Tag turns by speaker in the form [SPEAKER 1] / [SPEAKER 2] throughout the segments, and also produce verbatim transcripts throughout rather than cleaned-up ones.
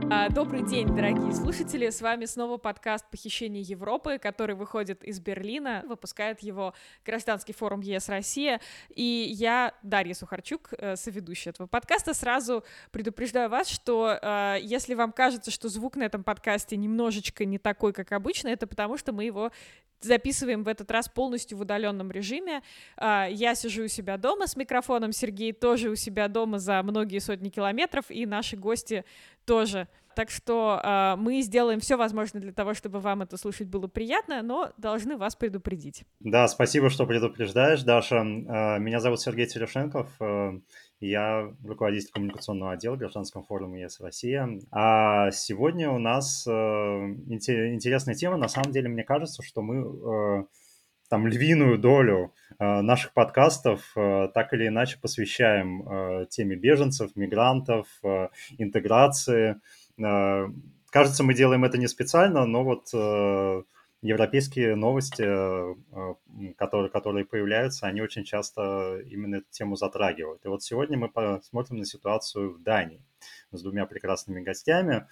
[SPEAKER 1] Добрый день, дорогие слушатели! С вами снова подкаст «Похищение Европы», который выходит из Берлина. Выпускает его Гражданский форум ЕС Россия. И я, Дарья Сухарчук, соведущая этого подкаста. Сразу предупреждаю вас, что э, если вам кажется, что звук на этом подкасте немножечко не такой, как обычно, это потому, что мы его записываем в этот раз полностью в удаленном режиме. Я сижу у себя дома с микрофоном, Сергей тоже у себя дома за многие сотни километров, и наши гости тоже. Так что э, мы сделаем все возможное для того, чтобы вам это слушать было приятно, но должны вас предупредить.
[SPEAKER 2] Да, спасибо, что предупреждаешь, Даша. Меня зовут Сергей Терешенков. Я руководитель коммуникационного отдела в Гражданском форуме ЕС Россия. А сегодня у нас интересная тема. На самом деле, мне кажется, что мы там львиную долю наших подкастов так или иначе посвящаем теме беженцев, мигрантов, интеграции. Кажется, мы делаем это не специально, но вот европейские новости, которые, которые появляются, они очень часто именно эту тему затрагивают. И вот сегодня мы посмотрим на ситуацию в Дании с двумя прекрасными гостями.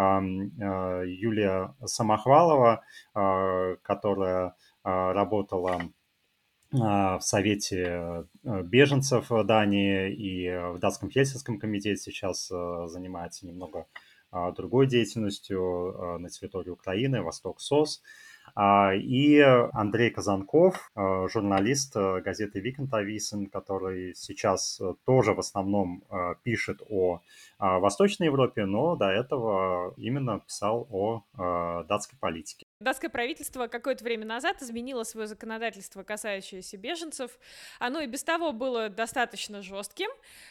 [SPEAKER 2] Юлия Самохвалова, которая работала в Совете беженцев Дании и в датском Хельсинском комитете, сейчас занимается немного другой деятельностью на территории Украины, Восток СОС. И Андрей Казанков, журналист газеты Weekend Avisen, который сейчас тоже в основном пишет о Восточной Европе, но до этого именно писал о датской политике.
[SPEAKER 1] Датское правительство какое-то время назад изменило свое законодательство, касающееся беженцев. Оно и без того было достаточно жестким,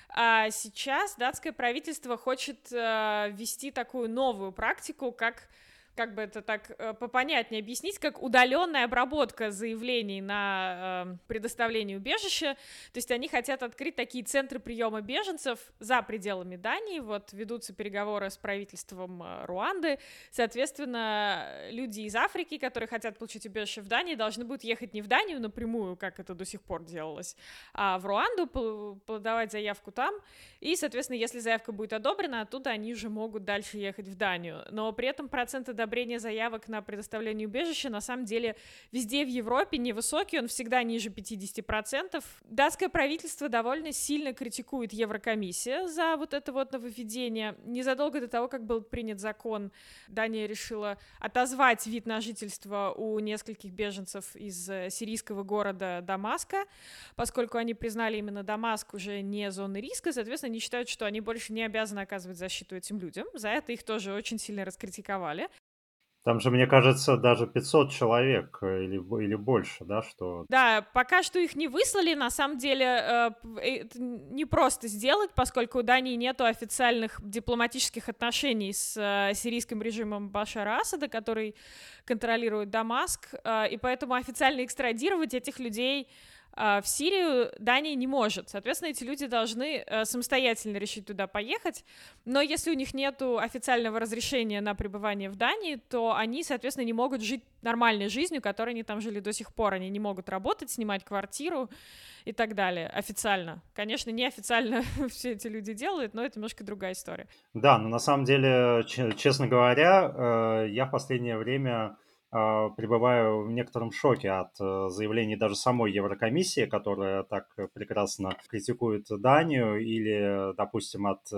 [SPEAKER 1] а сейчас датское правительство хочет э, ввести такую новую практику, как... как бы это так попонятнее объяснить, как удаленная обработка заявлений на э, предоставление убежища. То есть они хотят открыть такие центры приема беженцев за пределами Дании. Вот ведутся переговоры с правительством Руанды. Соответственно, люди из Африки, которые хотят получить убежище в Дании, должны будут ехать не в Данию напрямую, как это до сих пор делалось, а в Руанду, подавать заявку там. И, соответственно, если заявка будет одобрена, оттуда они уже могут дальше ехать в Данию. Но при этом процент одобрения заявок на предоставление убежища на самом деле везде в Европе невысокий, он всегда ниже пятьдесят процентов. Датское правительство довольно сильно критикует Еврокомиссия за вот это вот нововведение. Незадолго до того, как был принят закон, Дания решила отозвать вид на жительство у нескольких беженцев из сирийского города Дамаска, поскольку они признали именно Дамаск уже не зоной риска, соответственно, они считают, что они больше не обязаны оказывать защиту этим людям. За это их тоже очень сильно раскритиковали.
[SPEAKER 2] Там же, мне кажется, даже пятьсот человек или, или больше, да, что...
[SPEAKER 1] Да, пока что их не выслали, на самом деле э, это не просто сделать, поскольку у Дании нету официальных дипломатических отношений с э, сирийским режимом Башара Асада, который контролирует Дамаск, э, и поэтому официально экстрадировать этих людей в Сирию Дания не может. Соответственно, эти люди должны э, самостоятельно решить туда поехать, но если у них нет официального разрешения на пребывание в Дании, то они, соответственно, не могут жить нормальной жизнью, которой они там жили до сих пор. Они не могут работать, снимать квартиру и так далее официально. Конечно, неофициально все эти люди делают, но это немножко другая история.
[SPEAKER 2] Да, но на самом деле, честно говоря, я в последнее время пребываю в некотором шоке от заявлений даже самой Еврокомиссии, которая так прекрасно критикует Данию, или, допустим, от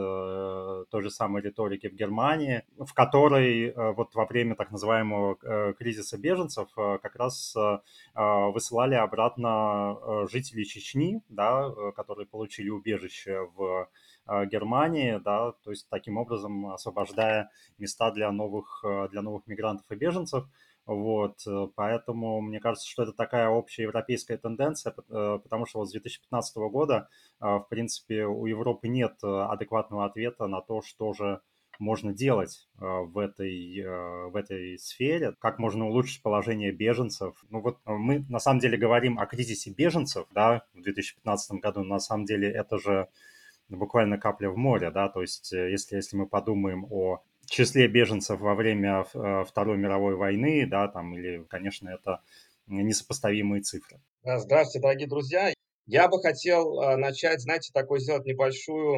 [SPEAKER 2] той же самой риторики в Германии, в которой вот во время так называемого кризиса беженцев как раз высылали обратно жителей Чечни, да, которые получили убежище в Германии, да, то есть таким образом освобождая места для новых, для новых мигрантов и беженцев. Вот, поэтому мне кажется, что это такая общая европейская тенденция, потому что вот с две тысячи пятнадцатого года, в принципе, у Европы нет адекватного ответа на то, что же можно делать в этой, в этой сфере, как можно улучшить положение беженцев. Ну вот мы на самом деле говорим о кризисе беженцев, да, в две тысячи пятнадцатом году, на самом деле это же буквально капля в море, да, то есть если, если мы подумаем о числе беженцев во время Второй мировой войны, да, там, или, конечно, это несопоставимые цифры.
[SPEAKER 3] Здравствуйте, дорогие друзья. Я бы хотел начать, знаете, такой сделать небольшую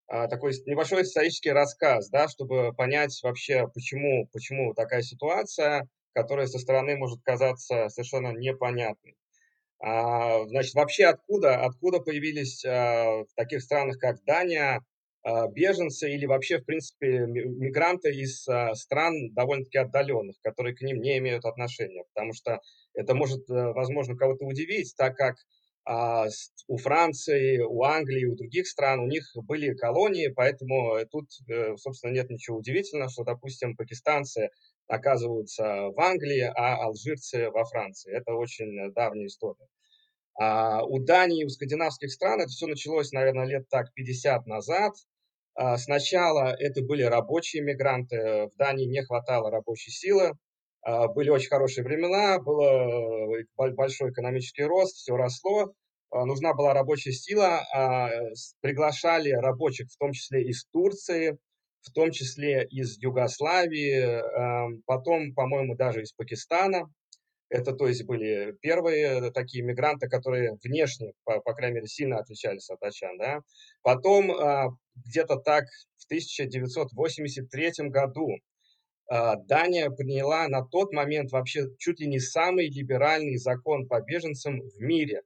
[SPEAKER 3] а, такой с небольшой исторический рассказ, да, чтобы понять вообще, почему почему такая ситуация, которая со стороны может казаться совершенно непонятной. А, значит, вообще откуда откуда появились, а, в таких странах, как Дания, а, беженцы или вообще, в принципе, ми мигранты из, а, стран довольно-таки отдаленных, которые к ним не имеют отношения? Потому что это может, э, возможно, кого-то удивить, так как, а, с у Франции, у Англии, у других стран у них были колонии, поэтому, э, тут, э, собственно, нет ничего удивительного, что, допустим, пакистанцы оказываются в Англии, а алжирцы во Франции. Это очень э, давняя история. А, у Дании, у скандинавских стран это все началось, наверное, лет так пятьдесят назад. А, сначала это были рабочие мигранты. В Дании не хватало рабочей силы. А, были очень хорошие времена, было э, боль большой экономический рост, все росло. А, нужна была рабочая сила, а, с приглашали рабочих, в том числе из Турции, в том числе из Югославии, ам, потом, по-моему, даже из Пакистана. Это, то есть, были первые такие мигранты, которые внешне, по по крайней мере, сильно отличались от датчан, да. Потом, а, где-то так в тысяча девятьсот восемьдесят третьем году, а, Дания приняла на тот момент вообще чуть ли не самый либеральный закон по беженцам в мире.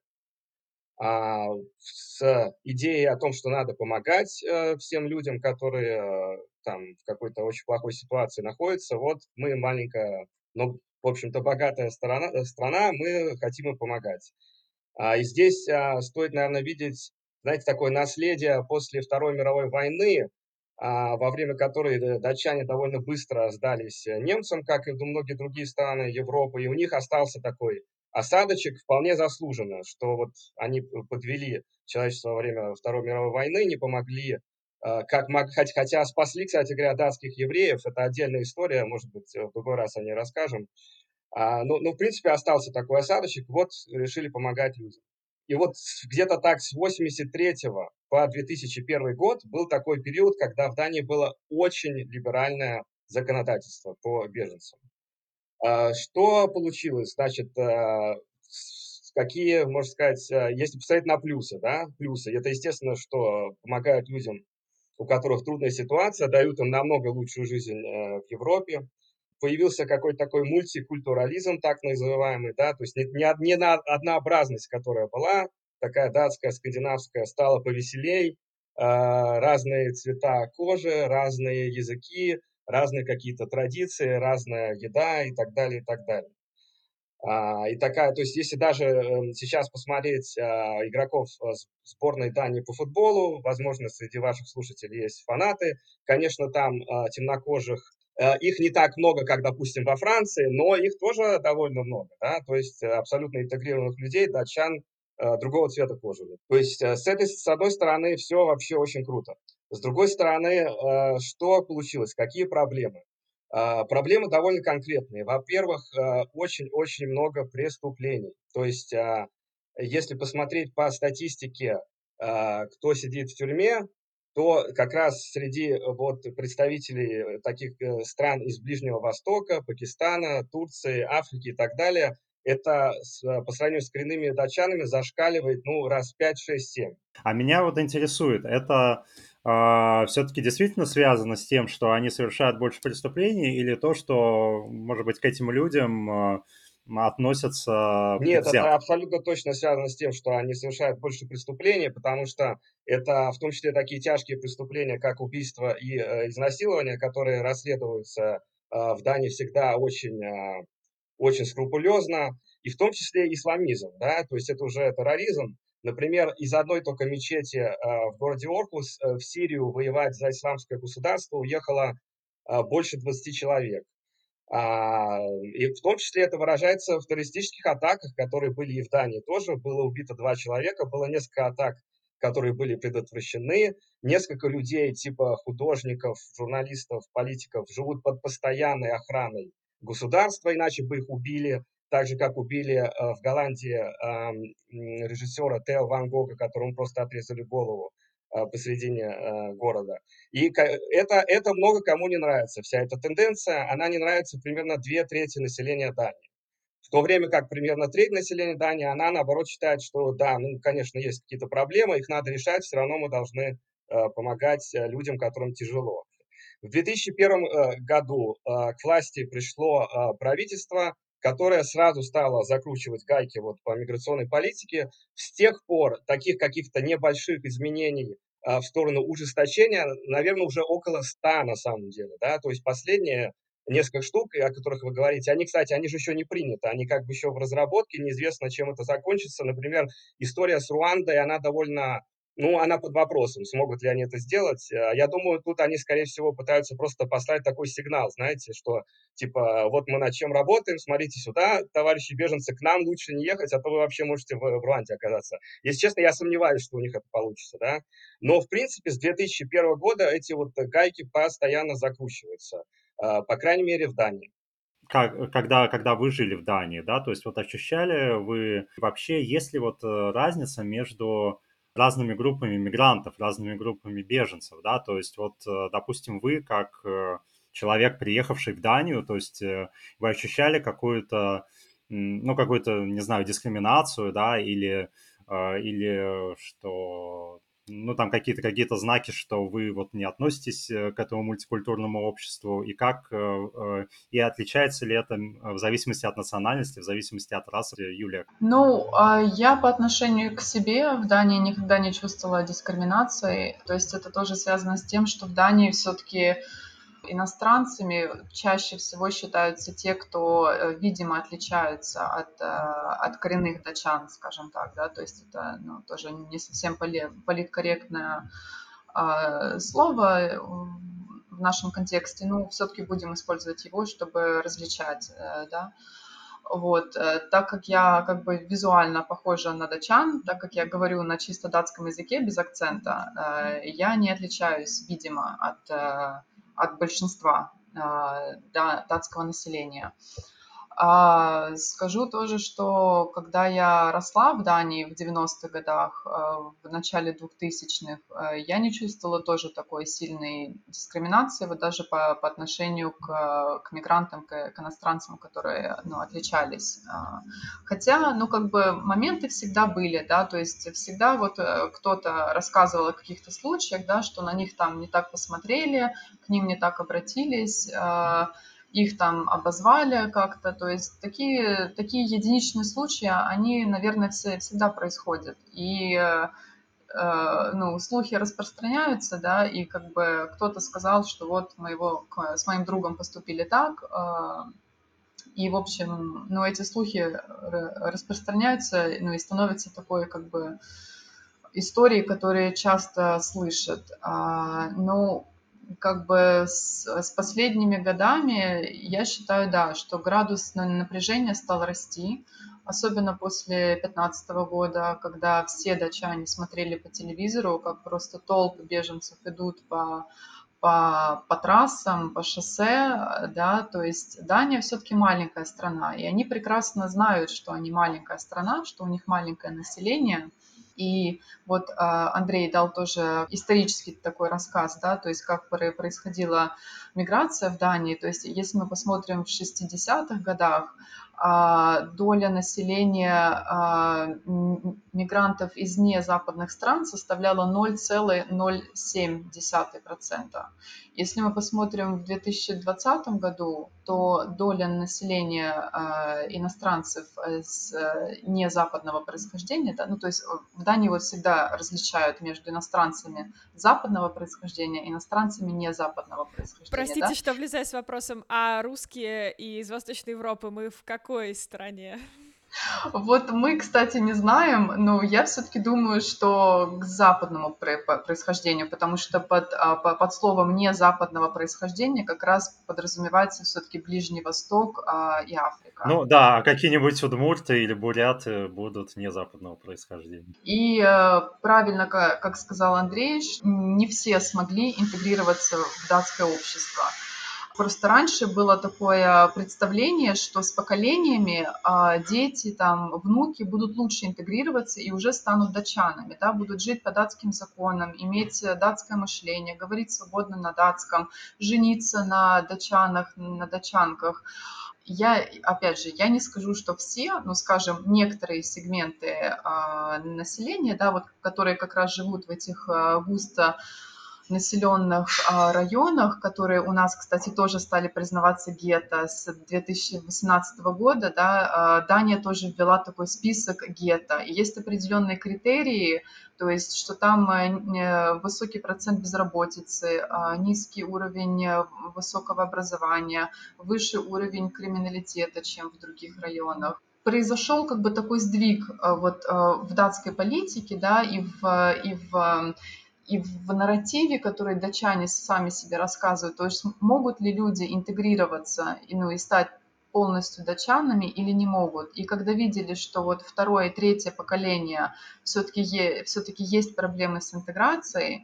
[SPEAKER 3] А, с идеей о том, что надо помогать, э, всем людям, которые, э, там в какой-то очень плохой ситуации находятся. Вот мы маленькая, но, в общем-то, богатая сторона э, страна, мы хотим им помогать. А, и здесь, а, стоит, наверное, видеть, знаете, такое наследие после Второй мировой войны, а, во время которой д датчане довольно быстро сдались, э, немцам, как и д многие другие страны Европы. И у них остался такой осадочек, вполне заслуженно, что вот они п подвели человечество во время Второй мировой войны, не помогли, а, как мог хоть хотя спасли, кстати говоря, датских евреев. Это отдельная история, может быть, э, в другой раз о ней расскажем. А, ну ну, в принципе, остался такой осадочек, вот решили помогать людям. И вот с где-то так с восемьдесят третьего по две тысячи первый год был такой период, когда в Дании было очень либеральное законодательство по беженцам. А, что получилось? Значит, а, с какие, можно сказать, а, если посмотреть на плюсы, да, плюсы- это, естественно, что помогают людям, у которых трудная ситуация, дают им намного лучшую жизнь, э, в Европе. Появился какой-то такой мультикультурализм, так называемый, да, то есть не, не, од- не на- однообразность, которая была, такая датская, скандинавская, стала повеселей, а, разные цвета кожи, разные языки, разные какие-то традиции, разная еда и так далее, и так далее. А, и такая, то есть если даже, эм, сейчас посмотреть, а, игроков, а, с сборной Дании по футболу, возможно, среди ваших слушателей есть фанаты, конечно, там, а, темнокожих, э, их не так много, как, допустим, во Франции, но их тоже довольно много, да, то есть, э, абсолютно интегрированных людей, датчан, э, другого цвета кожи. То есть, э, с этой, с одной стороны, все вообще очень круто. С другой стороны, э, что получилось? Какие проблемы? А, проблемы довольно конкретные. Во-первых, а, очень-очень много преступлений. То есть, а, если посмотреть по статистике, а, кто сидит в тюрьме, то как раз среди, э, вот представителей, э, таких, э, стран из Ближнего Востока, Пакистана, Турции, Африки и так далее, это с э, по сравнению с коренными датчанами зашкаливает, ну, раз пять, шесть, семь.
[SPEAKER 2] А меня вот интересует, это все-таки действительно связано с тем, что они совершают больше преступлений, или то, что, может быть, к этим людям а, относятся
[SPEAKER 3] Нет, это
[SPEAKER 2] предвзято?
[SPEAKER 3] абсолютно точно связано с тем, что они совершают больше преступлений, потому что это в том числе такие тяжкие преступления, как убийство и, э, изнасилование, которые расследуются, а, в Дании всегда очень, а, очень скрупулезно, и в том числе исламизм, да, то есть это уже терроризм. Например, из одной только мечети, а, в городе Орхус, э, в Сирию воевать за исламское государство уехало, а, больше двадцати человек. А, и в том числе это выражается в террористических атаках, которые были и в Дании тоже. Было убито два человека, было несколько атак, которые были предотвращены. Несколько людей, типа художников, журналистов, политиков, живут под постоянной охраной государства, иначе бы их убили. Так же, как убили э, в Голландии ам, м, режиссера Тео Ван Гога, которому просто отрезали голову э, посредине э, города. И это, это много кому не нравится. Вся эта тенденция, она не нравится примерно две трети населения Дании. В то время как примерно треть населения Дании, она наоборот считает, что да, ну, конечно, есть какие-то проблемы, их надо решать, все равно мы должны э, помогать э, людям, которым тяжело. В две тысячи первом э, году э, к власти пришло э, правительство, которое сразу стало закручивать гайки вот по миграционной политике. С тех пор таких каких-то небольших изменений э, в сторону ужесточения, наверное, уже около ста на самом деле, да, то есть последние несколько штук, о которых вы говорите, они, кстати, они же еще не приняты, они как бы еще в разработке, неизвестно, чем это закончится. Например, история с Руандой, она довольно, ну, она под вопросом, смогут ли они это сделать. Э, Я думаю, тут они, скорее всего, пытаются просто послать такой сигнал, знаете, что, типа, вот мы над чем работаем, смотрите сюда, товарищи беженцы, к нам лучше не ехать, а то вы вообще можете в, в Руанде оказаться. Если честно, я сомневаюсь, что у них это получится, да. Но, в принципе, с две тысячи первого года эти вот гайки постоянно закручиваются. А, по крайней мере, в Дании.
[SPEAKER 2] Как, когда, когда вы жили в Дании, да, то есть вот ощущали вы вообще, есть ли вот э, разница между разными группами мигрантов, разными группами беженцев, да, то есть вот, э, допустим, вы как э, человек, приехавший в Данию, то есть э, вы ощущали какую-то, м, ну, какую-то, не знаю, дискриминацию, да, или, э, или что, ну, там какие-то какие-то знаки, что вы вот не относитесь э, к этому мультикультурному обществу, и как э, э, и отличается ли это в зависимости от национальности, в зависимости от расы, Юлия?
[SPEAKER 4] Ну, а, я по отношению к себе в Дании никогда не чувствовала дискриминации. То есть это тоже связано с тем, что в Дании все-таки иностранцами чаще всего считаются те, кто, э, видимо, отличаются от, э, от коренных датчан, скажем так, да, то есть это, ну, тоже не совсем поли- политкорректное а, слово э, в нашем контексте, ну, все-таки будем использовать его, чтобы различать, э, да. Вот, э, так как я как бы визуально похожа на датчан, так как я говорю на чисто датском языке без акцента, э, я не отличаюсь, видимо, от, э, от большинства э, да, датского населения. А, скажу тоже, что когда я росла в Дании в девяностых годах, э, в начале двухтысячных, э, я не чувствовала тоже такой сильной дискриминации, вот даже по, по отношению к, к мигрантам, к, к иностранцам, которые, ну, отличались. А, Хотя, ну, как бы моменты всегда были, да, то есть всегда вот э, кто-то рассказывал о каких-то случаях, да, что на них там не так посмотрели, к ним не так обратились, а, их там обозвали как-то. То есть такие, такие единичные случаи, они, наверное, все, всегда происходят. И э, э, ну, слухи распространяются, да, и как бы кто-то сказал, что вот моего, с моим другом поступили так, э, и, в общем, ну, эти слухи р- распространяются, ну, и становятся такой, как бы, истории, которые часто слышат. А, ну, как бы с, с последними годами я считаю, да, что градус на- напряжения стал расти, особенно после две тысячи пятнадцатого года, когда все датчане смотрели по телевизору, как просто толпы беженцев идут по по, по трассам, по шоссе, да, то есть Дания все-таки маленькая страна, и они прекрасно знают, что они маленькая страна, что у них маленькое население, и вот а, Андрей дал тоже исторический такой рассказ, да, то есть как происходила миграция в Дании. То есть если мы посмотрим в шестидесятых годах, а, доля населения а, мигрантов из незападных стран составляла ноль целых ноль семь десятых процента. Если мы посмотрим в две тысячи двадцатом году, то доля населения э, иностранцев с э, незападного происхождения, да, ну то есть в Дании вот всегда различают между иностранцами западного происхождения и иностранцами незападного происхождения.
[SPEAKER 1] Простите,
[SPEAKER 4] Да?
[SPEAKER 1] что влезаю с вопросом, а русские из Восточной Европы мы в какой стране?
[SPEAKER 4] Вот мы, кстати, не знаем, но я все-таки думаю, что к западному происхождению, потому что под, а, под словом «не западного происхождения» как раз подразумевается все-таки Ближний Восток а, и Африка.
[SPEAKER 2] Ну да, а какие-нибудь удмурты или буряты будут не западного происхождения.
[SPEAKER 4] И э, правильно, как, как сказал Андрей, не все смогли интегрироваться в датское общество. Просто раньше было такое представление, что с поколениями а, дети, там, внуки будут лучше интегрироваться и уже станут датчанами, да, будут жить по датским законам, иметь датское мышление, говорить свободно на датском, жениться на датчанах, на датчанках. Я, опять же, я не скажу, что все, но, скажем, некоторые сегменты а, населения, да, вот, которые как раз живут в этих а, густо населенных а, районах, которые у нас, кстати, тоже стали признаваться гетто с две тысячи восемнадцатого года, да, а, Дания тоже ввела такой список гетто. И есть определенные критерии, то есть, что там э, высокий процент безработицы, а, низкий уровень э, высокого образования, выше уровень криминалитета, чем в других районах. Произошел как бы такой сдвиг э, вот э, в датской политике, да, и в, и в и в нарративе, который датчане сами себе рассказывают, то есть могут ли люди интегрироваться и, ну, и стать полностью датчанами или не могут. И когда видели, что вот второе и третье поколение все-таки, е, все-таки есть проблемы с интеграцией,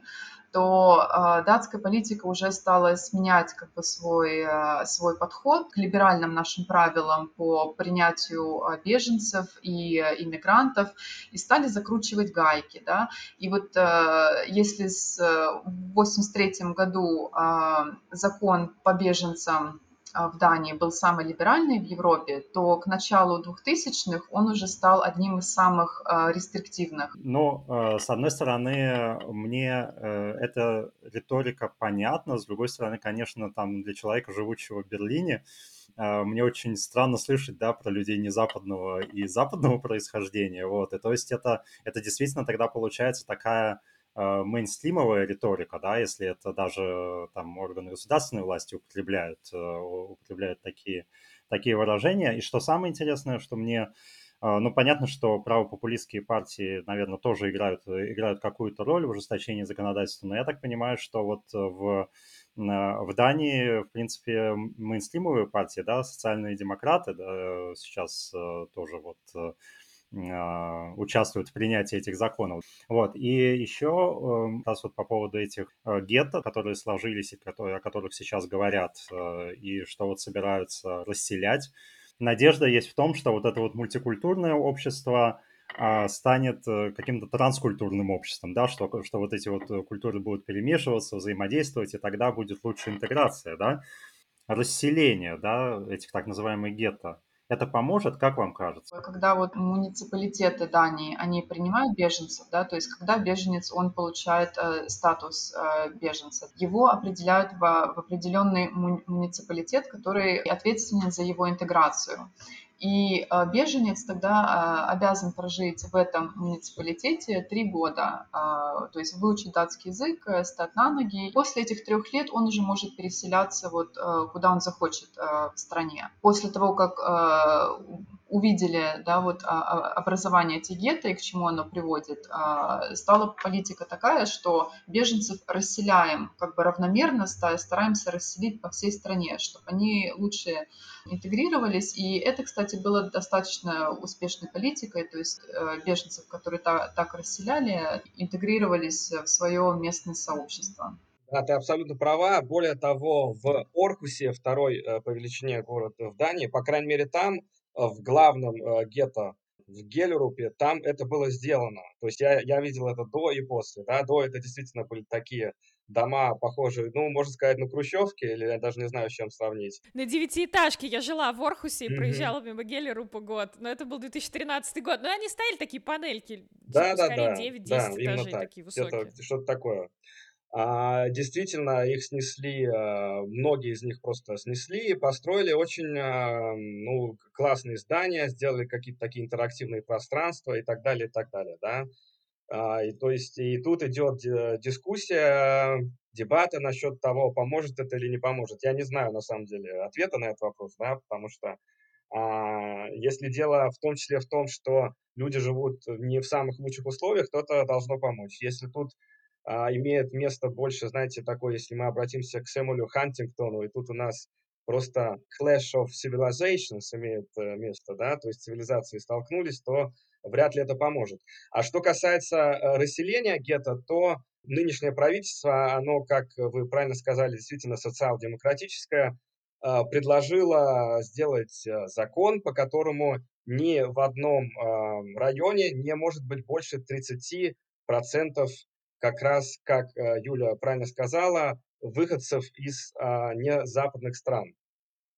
[SPEAKER 4] то э, датская политика уже стала сменять как бы свой, э, свой подход к либеральным нашим правилам по принятию э, беженцев и э, иммигрантов и стали закручивать гайки, да. И вот э, если с, э, в восемьдесят третьем году э, закон по беженцам в Дании был самый либеральный в Европе, то к началу двухтысячных он уже стал одним из самых э, рестриктивных.
[SPEAKER 2] Ну, э, с одной стороны, мне э, эта риторика понятна, с другой стороны, конечно, там для человека, живущего в Берлине, э, мне очень странно слышать, да, про людей незападного и западного происхождения, вот, и то есть это, это действительно тогда получается такая э, мейнстримовая риторика, да, если это даже там органы государственной власти употребляют, э, употребляют такие, такие выражения, и что самое интересное, что мне ну, понятно, что правопопулистские партии, наверное, тоже играют, играют какую-то роль в ужесточении законодательства, но я так понимаю, что вот в, в Дании, в принципе, мейнстримовые партии, да, социальные демократы, да, сейчас тоже вот участвуют в принятии этих законов. Вот. И еще раз вот по поводу этих гетто, которые сложились и которые, о которых сейчас говорят, и что вот собираются расселять, надежда есть в том, что вот это вот мультикультурное общество а, станет каким-то транскультурным обществом, да, что, что вот эти вот культуры будут перемешиваться, взаимодействовать, и тогда будет лучше интеграция, да, расселение, да, этих так называемых гетто. Это поможет, как вам кажется?
[SPEAKER 4] Когда вот муниципалитеты Дании, они принимают беженцев, да, то есть когда беженец, он получает э, статус э, беженца, его определяют в, в определенный му- муниципалитет, который ответственен за его интеграцию. И э, беженец тогда э, обязан прожить в этом муниципалитете три года, э, то есть выучить датский язык, э, стать на ноги. После этих трех лет он уже может переселяться вот э, куда он захочет э, в стране. После того, как э, увидели, да, вот а, а, образование этих гетто и к чему оно приводит, а, стала политика такая, что беженцев расселяем как бы равномерно, ста- стараемся расселить по всей стране, чтобы они лучше интегрировались. И это, кстати, было достаточно успешной политикой, то есть э, беженцев, которые та- так расселяли, интегрировались в свое местное сообщество.
[SPEAKER 3] Да, ты абсолютно права. Более того, в Орхусе, второй э, по величине город в Дании, по крайней мере там, э, в главном э, гетто, в Геллерупе, там это было сделано. То есть я, я видел это до и после. Да? До это действительно были такие дома, похожие, ну, можно сказать, на хрущевки, или я даже не знаю, с чем сравнить.
[SPEAKER 1] На девятиэтажке я жила в Орхусе и
[SPEAKER 3] Мгм.
[SPEAKER 1] проезжала мимо Геллерупа год, но это был две тысячи тринадцатый год. Но они ставили такие панельки, типа скорее
[SPEAKER 3] Да-да-да, да,
[SPEAKER 1] девять-десять
[SPEAKER 3] именно
[SPEAKER 1] этажей,
[SPEAKER 3] так.
[SPEAKER 1] такие
[SPEAKER 3] Это
[SPEAKER 1] высокие.
[SPEAKER 3] что-то такое. А, действительно, их снесли, а, многие из них просто снесли и построили очень, а, ну, к- классные здания, сделали какие-то такие интерактивные пространства и так далее, и так далее, да. А, и то есть и тут идет ди- дискуссия, дебаты насчет того, поможет это или не поможет. Я не знаю, на самом деле, ответа на этот вопрос, да, потому что а, если дело в том числе в том, что люди живут не в самых лучших условиях, то это должно помочь. Если тут а, имеет место больше, знаете, такое, если мы обратимся к Сэмюэлю Хантингтону, и тут у нас просто clash of civilizations имеет э, место, да, то есть цивилизации столкнулись, то вряд ли это поможет. А что касается э, расселения гетто, то нынешнее правительство, оно, как вы правильно сказали, действительно социал-демократическое, э, предложило сделать э, закон, по которому ни в одном э, районе не может быть больше тридцати процентов как раз, как э, Юля правильно сказала, выходцев из а, незападных стран.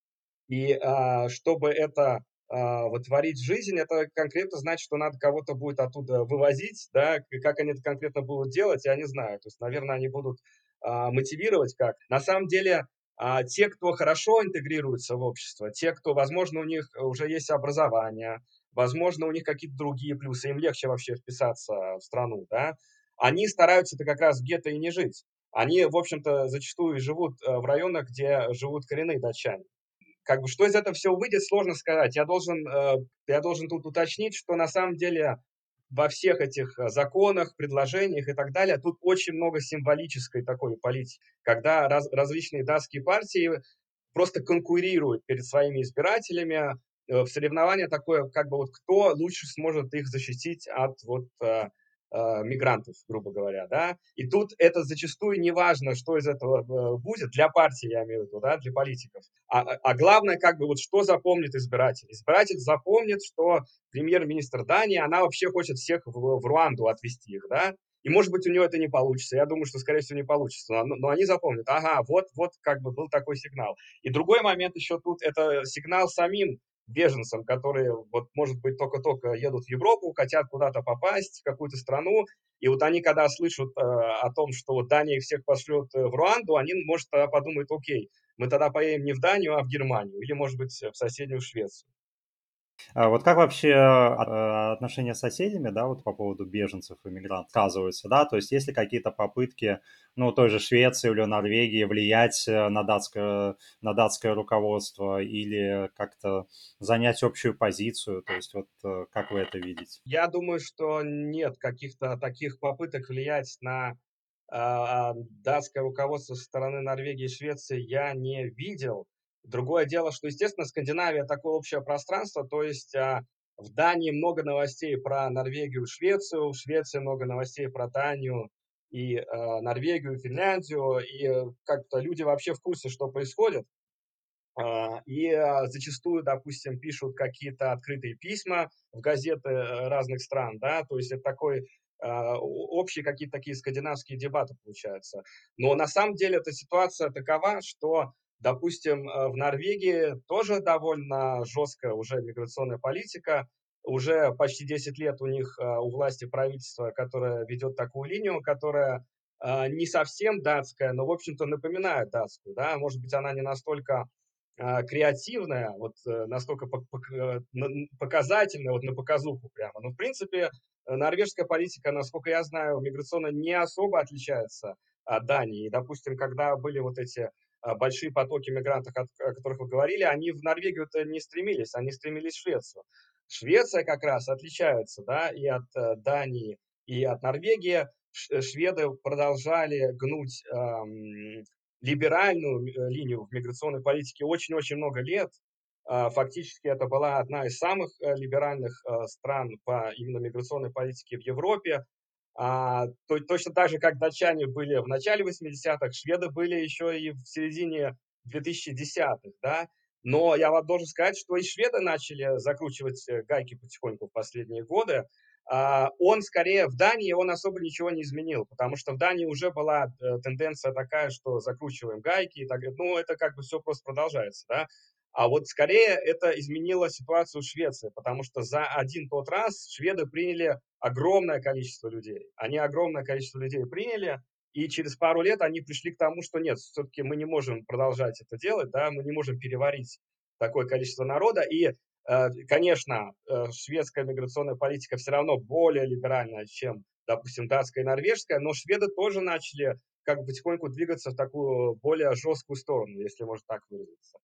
[SPEAKER 3] И а, чтобы это а, вотворить в жизнь, это конкретно значит, что надо кого-то будет оттуда вывозить, да, и как они это конкретно будут делать, я не знаю. То есть, наверное, они будут а, мотивировать как. На самом деле, а, те, кто хорошо интегрируется в общество, те, кто, возможно, у них уже есть образование, возможно, у них какие-то другие плюсы, им легче вообще вписаться в страну, да, они стараются-то как раз в гетто и не жить. Они, в общем-то, зачастую живут э, в районах, где живут коренные датчане. Как бы что из этого всего выйдет, сложно сказать. Я должен, э, я должен тут уточнить, что на самом деле во всех этих э, законах, предложениях и так далее, тут очень много символической такой политики, когда раз, различные датские партии просто конкурируют перед своими избирателями э, в соревновании такое, как бы вот кто лучше сможет их защитить от вот э, э, мигрантов, грубо говоря, да. И тут это зачастую не важно, что из этого э, будет для партии, я имею в виду, да, для политиков. А, а а главное, как бы вот что запомнит избиратель. Избиратель запомнит, что премьер-министр Дании, она вообще хочет всех в, в Руанду отвезти их, да. И, может быть, у нее это не получится. Я думаю, что, скорее всего, не получится. Но, но они запомнят. Ага, вот, вот как бы был такой сигнал. И другой момент еще тут, это сигнал самим беженцам, которые, вот, может быть, только-только едут в Европу, хотят куда-то попасть, в какую-то страну, и вот они, когда слышат э, о том, что вот Дания их всех пошлет в Руанду, они, может, тогда подумают, окей, мы тогда поедем не в Данию, а в Германию, или, может быть, в соседнюю Швецию.
[SPEAKER 2] А вот как вообще а, отношения с соседями, да, вот по поводу беженцев и мигрантов сказываются, да, то есть есть ли какие-то попытки, ну, той же Швеции или Норвегии влиять э, на датское, на датское руководство или как-то занять общую позицию, то есть вот э, как вы это видите?
[SPEAKER 3] Я думаю, что нет каких-то таких попыток влиять на а, датское руководство со стороны Норвегии и Швеции я не видел. Другое дело, что, естественно, Скандинавия такое общее пространство, то есть а, в Дании много новостей про Норвегию и Швецию, в Швеции много новостей про Данию и а, Норвегию, и Финляндию, и э, как-то люди вообще в курсе, что происходит. А, И а, зачастую, допустим, пишут какие-то открытые письма в газеты э, разных стран, да, то есть это такой а, о- общие какие-то такие скандинавские дебаты получаются. Но на самом деле эта ситуация такова, что, допустим, э, в Норвегии тоже довольно жесткая уже миграционная политика. Уже почти десять лет у них а, у власти правительство, которое ведет такую линию, которая а, не совсем датская, но, в общем-то, напоминает датскую, да, может быть, она не настолько а, креативная, вот э, настолько пок- пок- э, на- показательная, вот на показуху прямо. Но, в принципе, э, норвежская политика, насколько я знаю, миграционно не особо отличается от Дании. И, допустим, когда были вот эти а, большие потоки мигрантов, от- о которых вы говорили, они в Норвегию-то не стремились, они стремились в Швецию. Швеция как раз отличается, да, и от э, Дании, и от Норвегии. Ш- Шведы продолжали гнуть ам, либеральную э, линию в миграционной политике очень-очень много лет. А, Фактически это была одна из самых э, либеральных э, стран по именно миграционной политике в Европе. А, то- точно так же, как датчане были в начале восьмидесятых, шведы были еще и в середине двухтысячных, да. Но я вам должен сказать, что и шведы начали закручивать э, гайки потихоньку в последние годы. А, Он скорее в Дании, он особо ничего не изменил, потому что в Дании уже была э, тенденция такая, что закручиваем гайки и так далее. Ну, это как бы все просто продолжается, да. А вот скорее это изменило ситуацию в Швеции, потому что за один тот раз шведы приняли огромное количество людей. Они огромное количество людей приняли, и через пару лет они пришли к тому, что нет, все-таки мы не можем продолжать это делать, да, мы не можем переварить такое количество народа. И, э, конечно, э, шведская миграционная политика все равно более либеральная, чем, допустим, датская и норвежская, но шведы тоже начали как бы потихоньку двигаться в такую более жесткую сторону, если можно так выразиться.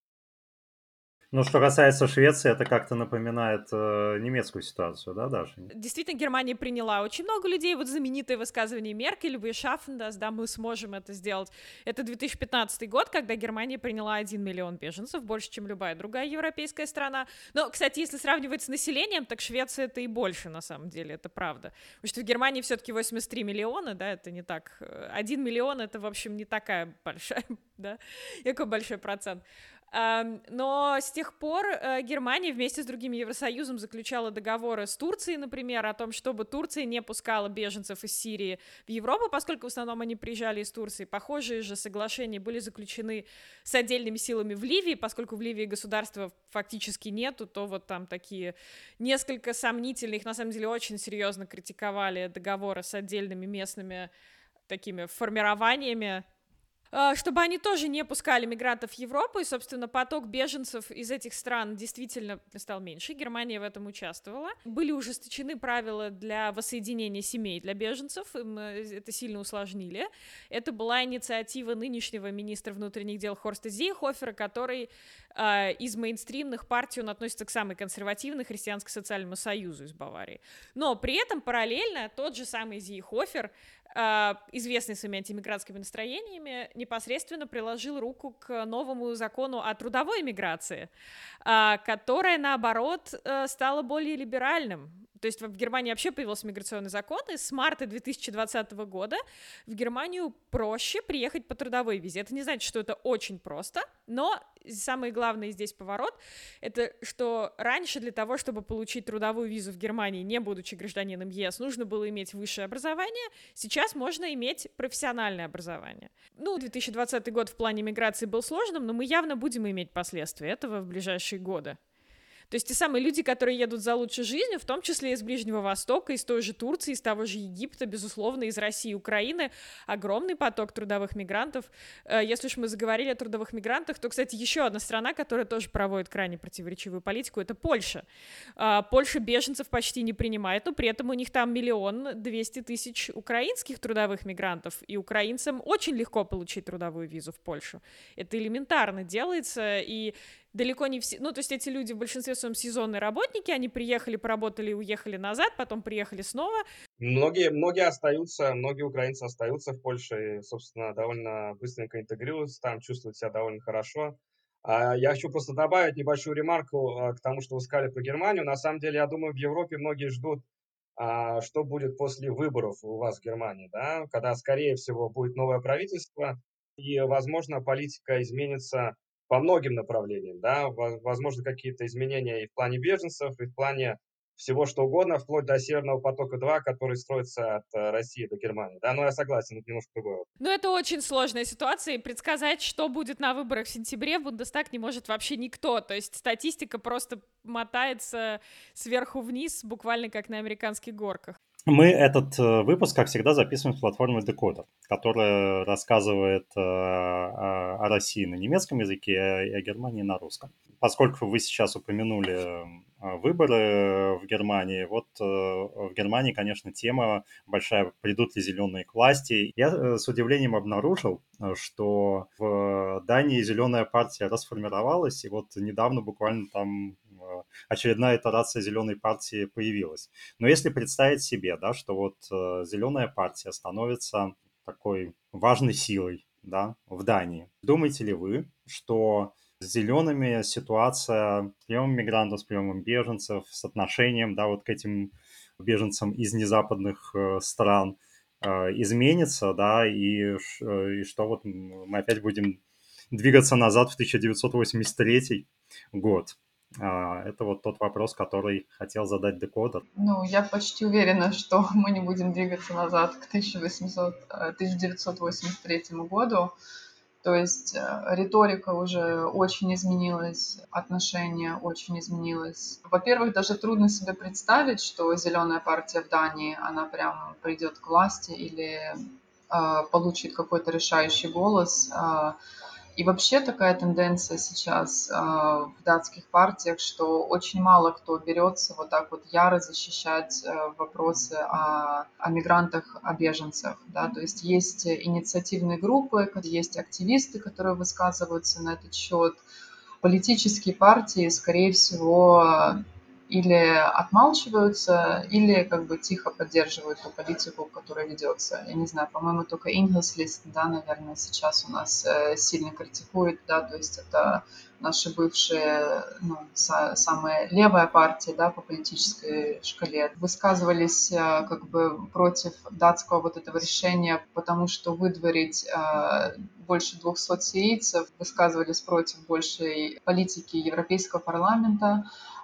[SPEAKER 2] Ну, что касается Швеции, это как-то напоминает э, немецкую ситуацию, да, Даша?
[SPEAKER 1] Действительно, Германия приняла очень много людей. Вот знаменитое высказывание Меркель, вы schaffen das, да, мы сможем это сделать. Это две тысячи пятнадцатый год, когда Германия приняла один миллион беженцев, больше, чем любая другая европейская страна. Но, кстати, если сравнивать с населением, так Швеция это и больше, на самом деле, это правда. Потому что в Германии все-таки восемьдесят три миллиона, да, это не так. Один миллион — это, в общем, не такая большая, да, какой большой процент. Но с тех пор Германия вместе с другим Евросоюзом заключала договоры с Турцией, например, о том, чтобы Турция не пускала беженцев из Сирии в Европу, поскольку в основном они приезжали из Турции. Похожие же соглашения были заключены с отдельными силами в Ливии, поскольку в Ливии государства фактически нету, то вот там такие несколько сомнительных, на самом деле очень серьезно критиковали договоры с отдельными местными такими формированиями, чтобы они тоже не пускали мигрантов в Европу, и, собственно, поток беженцев из этих стран действительно стал меньше, Германия в этом участвовала. Были ужесточены правила для воссоединения семей для беженцев, им это сильно усложнили. Это была инициатива нынешнего министра внутренних дел Хорста Зейхофера, который э, из мейнстримных партий, он относится к самой консервативной Христианско-социальному союзу из Баварии. Но при этом параллельно тот же самый Зейхофер, известный своими антимигрантскими настроениями, непосредственно приложил руку к новому закону о трудовой миграции, которая, наоборот, стала более либеральным. То есть в Германии вообще появился миграционный закон, и с марта две тысячи двадцатого года в Германию проще приехать по трудовой визе. Это не значит, что это очень просто, но самый главный здесь поворот — это что раньше для того, чтобы получить трудовую визу в Германии, не будучи гражданином ЕС, нужно было иметь высшее образование, сейчас можно иметь профессиональное образование. Ну, две тысячи двадцатый год в плане миграции был сложным, но мы явно будем иметь последствия этого в ближайшие годы. То есть те самые люди, которые едут за лучшей жизнью, в том числе из Ближнего Востока, из той же Турции, из того же Египта, безусловно, из России и Украины, огромный поток трудовых мигрантов. Если уж мы заговорили о трудовых мигрантах, то, кстати, еще одна страна, которая тоже проводит крайне противоречивую политику, это Польша. Польша беженцев почти не принимает, но при этом у них там миллион двести тысяч украинских трудовых мигрантов, и украинцам очень легко получить трудовую визу в Польшу. Это элементарно делается, и далеко не все, ну, то есть эти люди в большинстве своем сезонные работники, они приехали, поработали и уехали назад, потом приехали снова.
[SPEAKER 3] Многие, многие остаются, многие украинцы остаются в Польше и, собственно, довольно быстренько интегрируются там, чувствуют себя довольно хорошо. А я хочу просто добавить небольшую ремарку к тому, что вы сказали про Германию. На самом деле, я думаю, в Европе многие ждут, а, что будет после выборов у вас в Германии, да, когда, скорее всего, будет новое правительство, и, возможно, политика изменится по многим направлениям, да, возможно, какие-то изменения и в плане беженцев, и в плане всего что угодно, вплоть до Северного потока-два, который строится от России до Германии, да, но я согласен, это немножко другое.
[SPEAKER 1] Ну, это очень сложная ситуация, и предсказать, что будет на выборах в сентябре, в Бундестаг не может вообще никто, то есть статистика просто мотается сверху вниз, буквально как на американских горках.
[SPEAKER 2] Мы этот выпуск, как всегда, записываем с платформы Decoder, которая рассказывает о России на немецком языке и о Германии на русском. Поскольку вы сейчас упомянули выборы в Германии, вот в Германии, конечно, тема большая, придут ли зеленые к власти. Я с удивлением обнаружил, что в Дании зеленая партия расформировалась, и вот недавно буквально там очередная итерация зеленой партии появилась. Но если представить себе, да, что вот э, зеленая партия становится такой важной силой, да, в Дании, думаете ли вы, что с зелеными ситуация с приемом мигрантов, с приемом беженцев, с отношением, да, вот к этим беженцам из незападных э, стран э, изменится, да, и, и что вот мы опять будем двигаться назад в тысяча девятьсот восемьдесят третий год? Это вот тот вопрос, который хотел задать Decoder.
[SPEAKER 4] Ну, я почти уверена, что мы не будем двигаться назад к тысяча девятьсот восемьдесят третьему году. То есть риторика уже очень изменилась, отношение очень изменилось. Во-первых, даже трудно себе представить, что зеленая партия в Дании, она прям придет к власти или э, получит какой-то решающий голос. Э, И вообще такая тенденция сейчас э, в датских партиях, что очень мало кто берется вот так вот яро защищать э, вопросы о, о мигрантах, о беженцах. Да? То есть есть инициативные группы, есть активисты, которые высказываются на этот счет. Политические партии, скорее всего, или отмалчиваются, или как бы тихо поддерживают ту политику, которая ведется. Я не знаю, по-моему, только Engelslist, да, наверное, сейчас у нас э, сильно критикует, да, то есть это наши бывшие, ну, са- самая левая партия, да, по политической шкале, высказывались э, как бы против датского вот этого решения, потому что выдворить э, больше двухсот сирийцев, высказывались против большей политики Европейского парламента,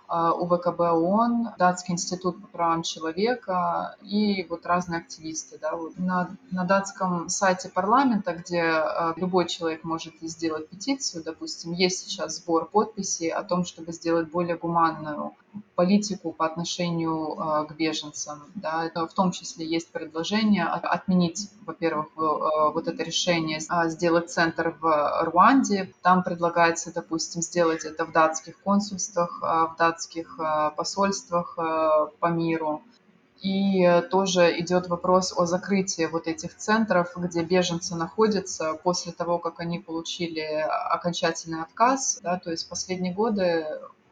[SPEAKER 4] У В К Б ООН, Датский институт по правам человека и вот разные активисты. Да, вот. На, на датском сайте парламента, где э, любой человек может сделать петицию, допустим, есть сейчас сбор подписей о том, чтобы сделать более гуманную политику по отношению э, к беженцам. Да. Это в том числе есть предложение отменить, во-первых, э, вот это решение э, сделать центр в Руанде. Там предлагается, допустим, сделать это в датских консульствах, э, в датских э, посольствах э, по миру. И э, тоже идет вопрос о закрытии вот этих центров, где беженцы находятся после того, как они получили окончательный отказ. Да, то есть в последние годы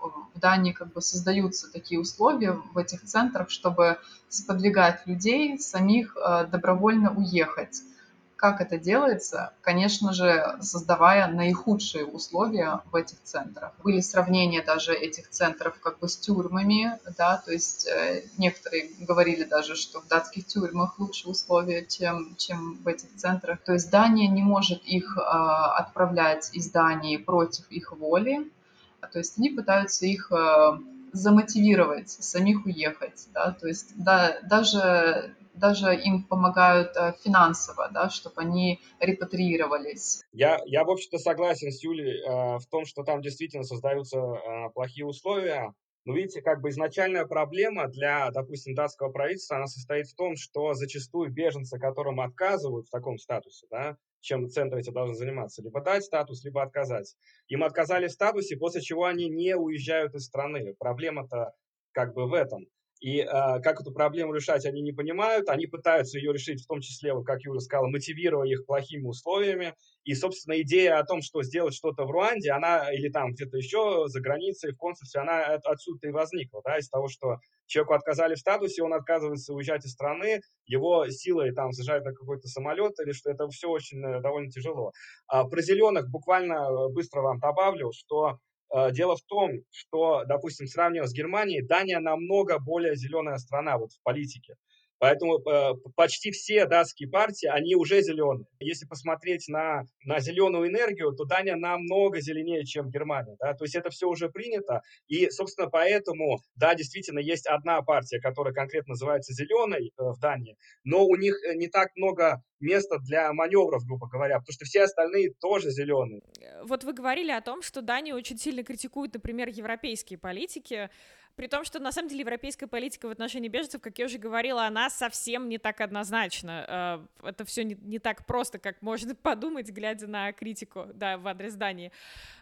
[SPEAKER 4] в Дании как бы создаются такие условия в этих центрах, чтобы сподвигать людей самих э, добровольно уехать. Как это делается? Конечно же, создавая наихудшие условия в этих центрах. Были сравнения даже этих центров как бы с тюрьмами, да, то есть э, некоторые говорили даже, что в датских тюрьмах лучше условия, чем, чем в этих центрах. То есть Дания не может их э, отправлять из Дании против их воли, то есть они пытаются их э, замотивировать, самих уехать, да, то есть да, даже даже им помогают э, финансово, да, чтобы они репатриировались.
[SPEAKER 3] Я, я, в общем-то, согласен с Юлей э, в том, что там действительно создаются э, плохие условия. Но видите, как бы изначальная проблема для, допустим, датского правительства, она состоит в том, что зачастую беженцы, которым отказывают в таком статусе, да, чем центры эти должны заниматься, либо дать статус, либо отказать. Им отказали в статусе, после чего они не уезжают из страны. Проблема-то как бы в этом. И э, как эту проблему решать, они не понимают. Они пытаются ее решить, в том числе, вот, как Юля сказала, мотивируя их плохими условиями. И, собственно, идея о том, что сделать что-то в Руанде, она или там где-то еще за границей, в консульстве, она от, отсюда и возникла, да, из того, что человеку отказали в статусе, он отказывается уезжать из страны, его силой там сажают на какой-то самолет, или что это все очень довольно тяжело. А про зеленых буквально быстро вам добавлю, что дело в том, что, допустим, сравнивая с Германией, Дания намного более зеленая страна вот в политике. Поэтому э, почти все датские партии, они уже зеленые. Если посмотреть на, на зеленую энергию, то Дания намного зеленее, чем Германия. Да? То есть это все уже принято. И, собственно, поэтому, да, действительно, есть одна партия, которая конкретно называется «Зеленой» э, в Дании, но у них не так много места для маневров, грубо говоря, потому что все остальные тоже зеленые.
[SPEAKER 1] Вот вы говорили о том, что Дания очень сильно критикует, например, европейские политики, при том, что на самом деле европейская политика в отношении беженцев, как я уже говорила, она совсем не так однозначна. Это все не, не так просто, как можно подумать, глядя на критику, да, в адрес Дании.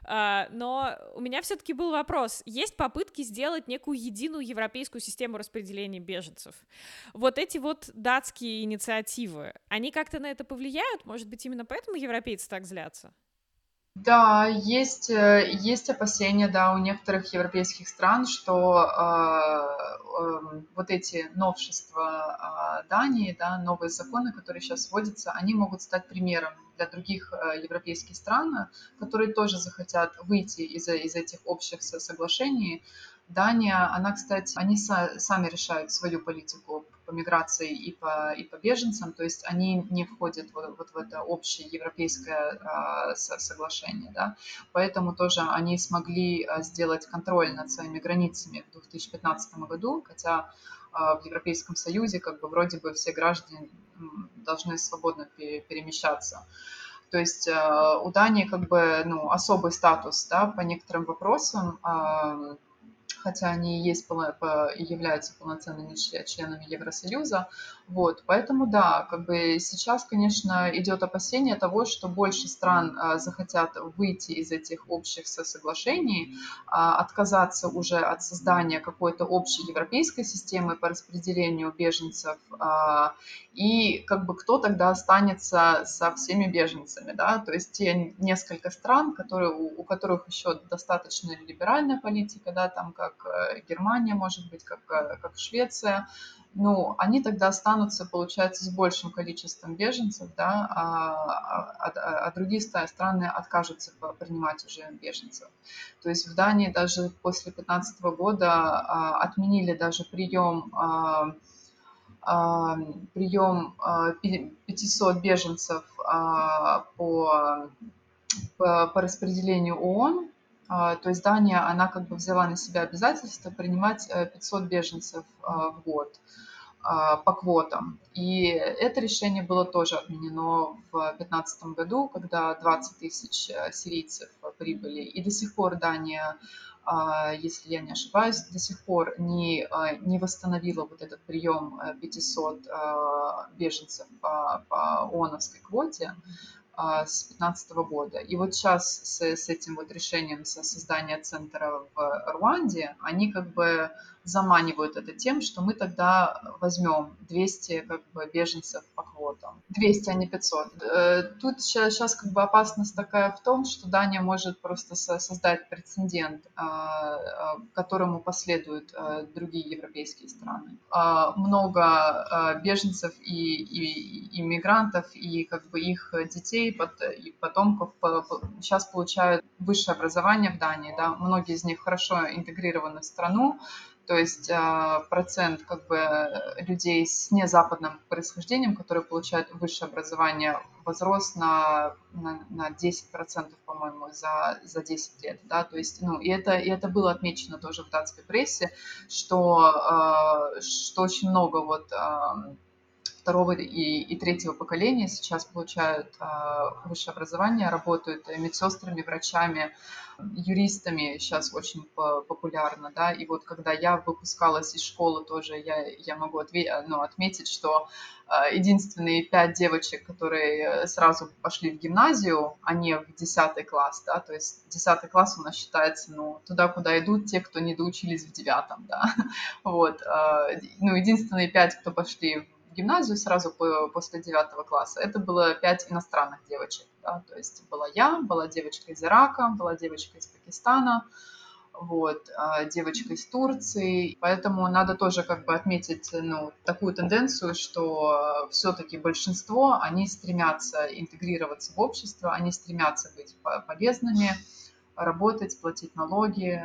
[SPEAKER 1] Но у меня все-таки был вопрос. Есть попытки сделать некую единую европейскую систему распределения беженцев. Вот эти вот датские инициативы, они как-то на это повлияют? Может быть, именно поэтому европейцы так злятся?
[SPEAKER 4] Да, есть, э, есть опасения, да, у некоторых европейских стран, что э, э, вот эти новшества э, Дании, да, новые законы, которые сейчас вводятся, они могут стать примером для других э, европейских стран, которые тоже захотят выйти из, из этих общих соглашений. Дания, она, кстати, они са- сами решают свою политику по миграции и по, и по беженцам, то есть они не входят вот, вот в это общее европейское э, соглашение, да, поэтому тоже они смогли э, сделать контроль над своими границами в две тысячи пятнадцатом году, хотя э, в Европейском Союзе как бы вроде бы все граждане м, должны свободно пе- перемещаться. То есть э, у Дании как бы ну, особый статус, да, по некоторым вопросам, э, хотя они и есть, являются полноценными членами Евросоюза, Вот, поэтому да, как бы сейчас, конечно, идет опасение того, что больше стран а, захотят выйти из этих общих со- соглашений, а, отказаться уже от создания какой-то общей европейской системы по распределению беженцев, а, и как бы кто тогда останется со всеми беженцами, да, то есть те несколько стран, которые, у, у которых еще достаточно либеральная политика, да, там как э, Германия, может быть, как, э, как Швеция, ну, они тогда останутся, получается, с большим количеством беженцев, да, а, а, а- а другие ста- страны откажутся по- принимать уже беженцев. То есть в Дании даже после две тысячи пятнадцатого года а, отменили даже прием, а, а, прием а, пи- пятисот беженцев а, по, по, по распределению ООН. А, То есть Дания, она как бы взяла на себя обязательство принимать э, пятьсот беженцев а, в год а, по квотам. И это решение было тоже отменено в две тысячи пятнадцатом году, когда двадцать тысяч э, сирийцев э, прибыли. И до сих пор Дания, а, если я не ошибаюсь, до сих пор не, а, не восстановила вот этот прием э, пятисот а, беженцев по, по ООНовской квоте а, с две тысячи пятнадцатого года. И вот сейчас с, с этим вот решением со создания центра в Руанде, они как бы заманивают это тем, что мы тогда возьмем двести как бы беженцев по квотам. двести, а не пятьсот. Э, Тут сейчас как бы опасность такая в том, что Дания может просто со- создать прецедент, а, а, которому последуют а, другие европейские страны. А, Много а, беженцев и, и, и мигрантов, и как бы их детей пот- и потомков по- по- сейчас получают высшее образование в Дании. Да? Многие из них хорошо интегрированы в страну, то есть а, процент как бы людей с незападным происхождением, которые получают высшее образование, возрос на, на, на десять процентов, по-моему, за, за десять лет. Да? То есть, ну, и, это, и это было отмечено тоже в датской прессе, что, а, что очень много вот а, второго и, и третьего поколения сейчас получают а, высшее образование, работают медсестрами, врачами, юристами, сейчас очень по- популярно, да, и вот когда я выпускалась из школы тоже, я, я могу отве- ну, отметить, что а, единственные пять девочек, которые сразу пошли в гимназию, а не в десятый класс, да, то есть десятый класс у нас считается, ну, туда, куда идут те, кто не доучились в девятом, да, вот, а, ну, единственные пять, кто пошли в гимназию сразу по, после девятого класса, это было пять иностранных девочек. Да? То есть была я, была девочка из Ирака, была девочка из Пакистана, вот, а, девочка из Турции. Поэтому надо тоже как бы отметить ну, такую тенденцию, что все-таки большинство, они стремятся интегрироваться в общество, они стремятся быть полезными, работать, платить налоги.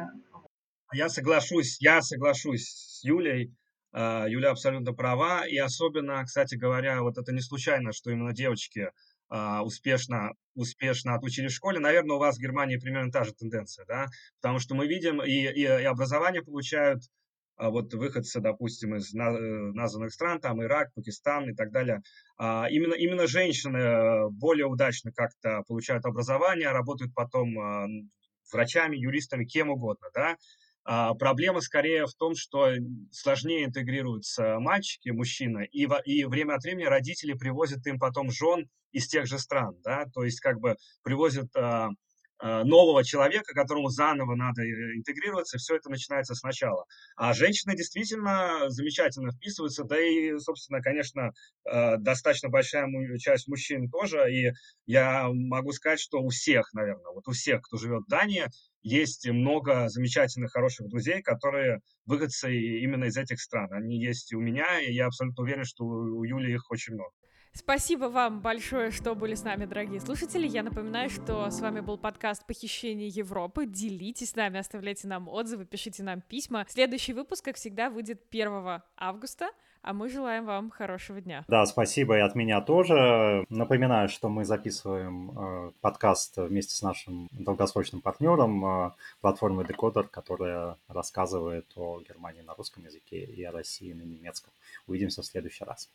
[SPEAKER 3] Я соглашусь, я соглашусь с Юлей. А, Юля абсолютно права. И особенно, кстати говоря, вот это не случайно, что именно девочки а, успешно, успешно отучились в школе. Наверное, у вас в Германии примерно та же тенденция, да? Потому что мы видим, и, и, и образование получают а, вот выходцы, допустим, из на- э, названных стран, там Ирак, Пакистан и так далее. А, именно, именно женщины э, более удачно как-то получают образование, работают потом а, врачами, юристами, кем угодно, да? А, проблема скорее в том, что сложнее интегрируются мальчики, мужчины, и, во- и время от времени родители привозят им потом жен из тех же стран, да, то есть как бы привозят а, а, нового человека, которому заново надо э, интегрироваться, и все это начинается сначала. А женщины действительно замечательно вписываются, да и, собственно, конечно, э, достаточно большая му- часть мужчин тоже, и я могу сказать, что у всех, наверное, вот у всех, кто живет в Дании, есть много замечательных, хороших друзей, которые выходцы именно из этих стран. Они есть и у меня, и я абсолютно уверен, что у у Юли их очень много.
[SPEAKER 1] Спасибо вам большое, что были с нами, дорогие слушатели. Я напоминаю, что с вами был подкаст «Похищение Европы». Делитесь с нами, оставляйте нам отзывы, пишите нам письма. Следующий выпуск, как всегда, выйдет первого августа, а мы желаем вам хорошего дня.
[SPEAKER 2] Да, спасибо и от меня тоже. Напоминаю, что мы записываем э, подкаст вместе с нашим долгосрочным партнером, э, платформой Decoder, которая рассказывает о Германии на русском языке и о России на немецком. Увидимся в следующий раз.